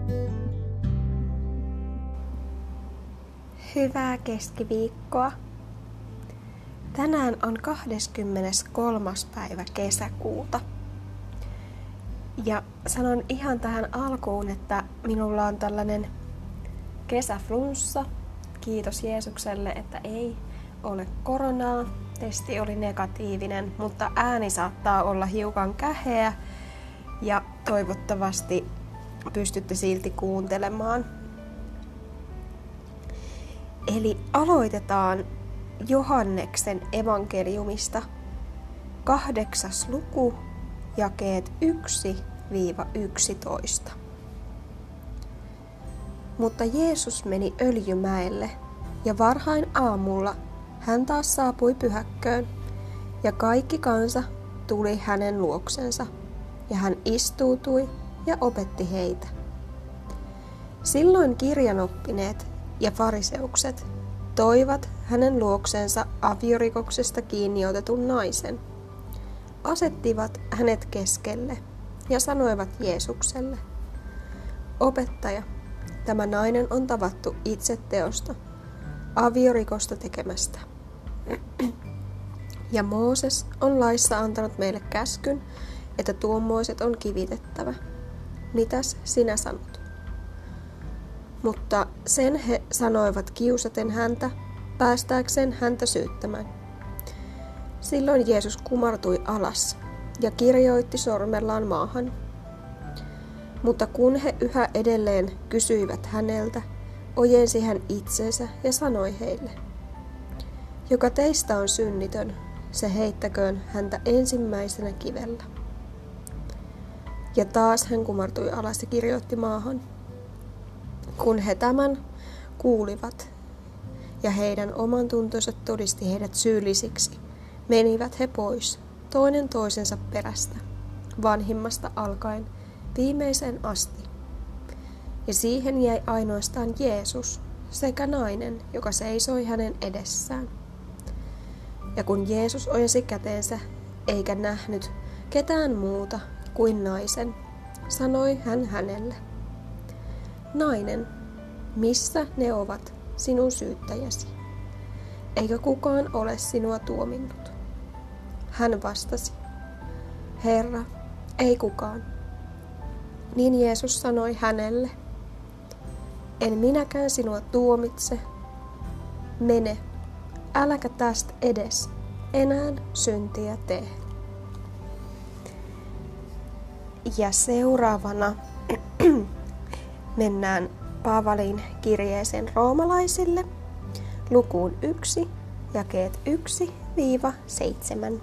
Hyvää keskiviikkoa. Tänään on 23. päivä kesäkuuta. Ja sanon ihan tähän alkuun, että minulla on tällainen kesäflunssa. Kiitos Jeesukselle, että ei ole koronaa. Testi oli negatiivinen, mutta ääni saattaa olla hiukan käheä ja toivottavasti pystytte silti kuuntelemaan. Eli aloitetaan Johanneksen evankeliumista 8. luku, jakeet 1-11. Mutta Jeesus meni Öljymäelle, ja varhain aamulla hän taas saapui pyhäkköön, ja kaikki kansa tuli hänen luoksensa, ja hän istuutui ja opetti heitä. Silloin kirjanoppineet ja fariseukset toivat hänen luoksensa aviorikoksesta kiinni otetun naisen, asettivat hänet keskelle ja sanoivat Jeesukselle: Opettaja, tämä nainen on tavattu itse teosta, aviorikosta tekemästä. Ja Mooses on laissa antanut meille käskyn, että tuommoiset on kivitettävä. Mitäs sinä sanot? Mutta sen he sanoivat kiusaten häntä, päästääkseen häntä syyttämään. Silloin Jeesus kumartui alas ja kirjoitti sormellaan maahan. Mutta kun he yhä edelleen kysyivät häneltä, ojensi hän itsensä ja sanoi heille: Joka teistä on synnitön, se heittäköön häntä ensimmäisenä kivellä. Ja taas hän kumartui alas ja kirjoitti maahan. Kun he tämän kuulivat ja heidän oman tuntonsa todisti heidät syyllisiksi, menivät he pois toinen toisensa perästä, vanhimmasta alkaen viimeiseen asti. Ja siihen jäi ainoastaan Jeesus sekä nainen, joka seisoi hänen edessään. Ja kun Jeesus ojensi käteensä eikä nähnyt ketään muuta kuin naisen, sanoi hän hänelle: Nainen, missä ne ovat sinun syyttäjäsi? Eikö kukaan ole sinua tuominnut? Hän vastasi: Herra, ei kukaan. Niin Jeesus sanoi hänelle: En minäkään sinua tuomitse. Mene, äläkä tästä edes enää syntiä tee. Ja seuraavana mennään Paavalin kirjeeseen roomalaisille, lukuun 1, jakeet 1-7.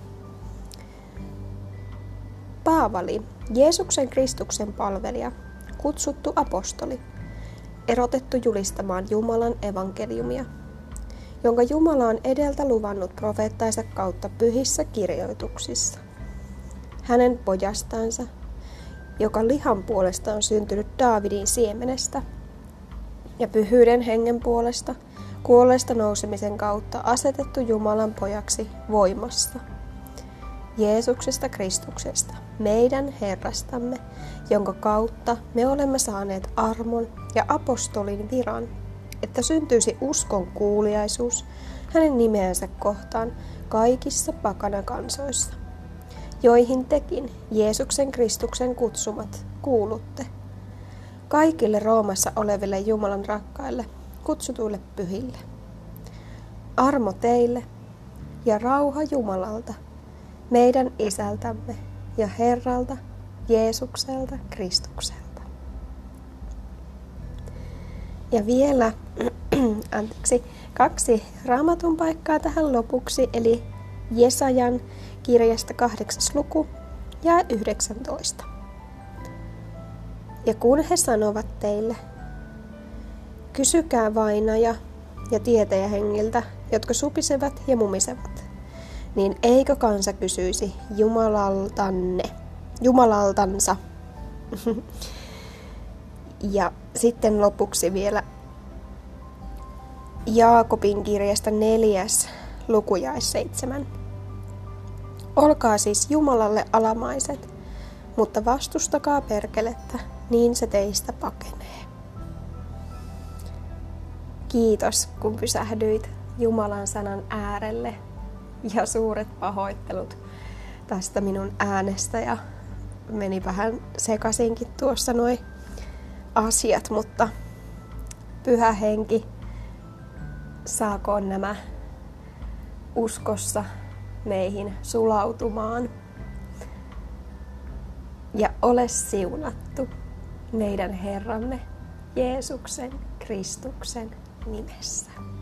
Paavali, Jeesuksen Kristuksen palvelija, kutsuttu apostoli, erotettu julistamaan Jumalan evankeliumia, jonka Jumala on edeltä luvannut profeettansa kautta pyhissä kirjoituksissa. Hänen pojastansa, joka lihan puolesta on syntynyt Daavidin siemenestä, ja pyhyyden hengen puolesta, kuolleesta nousemisen kautta asetettu Jumalan pojaksi voimassa. Jeesuksesta Kristuksesta, meidän Herrastamme, jonka kautta me olemme saaneet armon ja apostolin viran, että syntyisi uskon kuuliaisuus hänen nimeänsä kohtaan kaikissa pakanakansoissa, joihin tekin, Jeesuksen Kristuksen kutsumat, kuulutte. Kaikille Roomassa oleville Jumalan rakkaille, kutsutuille pyhille. Armo teille ja rauha Jumalalta, meidän Isältämme ja Herralta, Jeesukselta Kristukselta. Ja vielä 2 Raamatun paikkaa tähän lopuksi, eli Jesajan kirjasta 8. luku ja 19. Ja kun he sanovat teille, kysykää vainaja ja tietäjähengiltä, jotka supisevat ja mumisevat, niin eikö kansa kysyisi Jumalaltansa? Ja sitten lopuksi vielä Jaakobin kirjasta 4. luku jae 7. Olkaa siis Jumalalle alamaiset, mutta vastustakaa perkelettä, niin se teistä pakenee. Kiitos, kun pysähdyit Jumalan sanan äärelle, ja suuret pahoittelut tästä minun äänestä, ja meni vähän sekaisinkin tuossa noi asiat, mutta Pyhä Henki saakoon nämä uskossa meihin sulautumaan. Ja ole siunattu meidän Herramme Jeesuksen Kristuksen nimessä.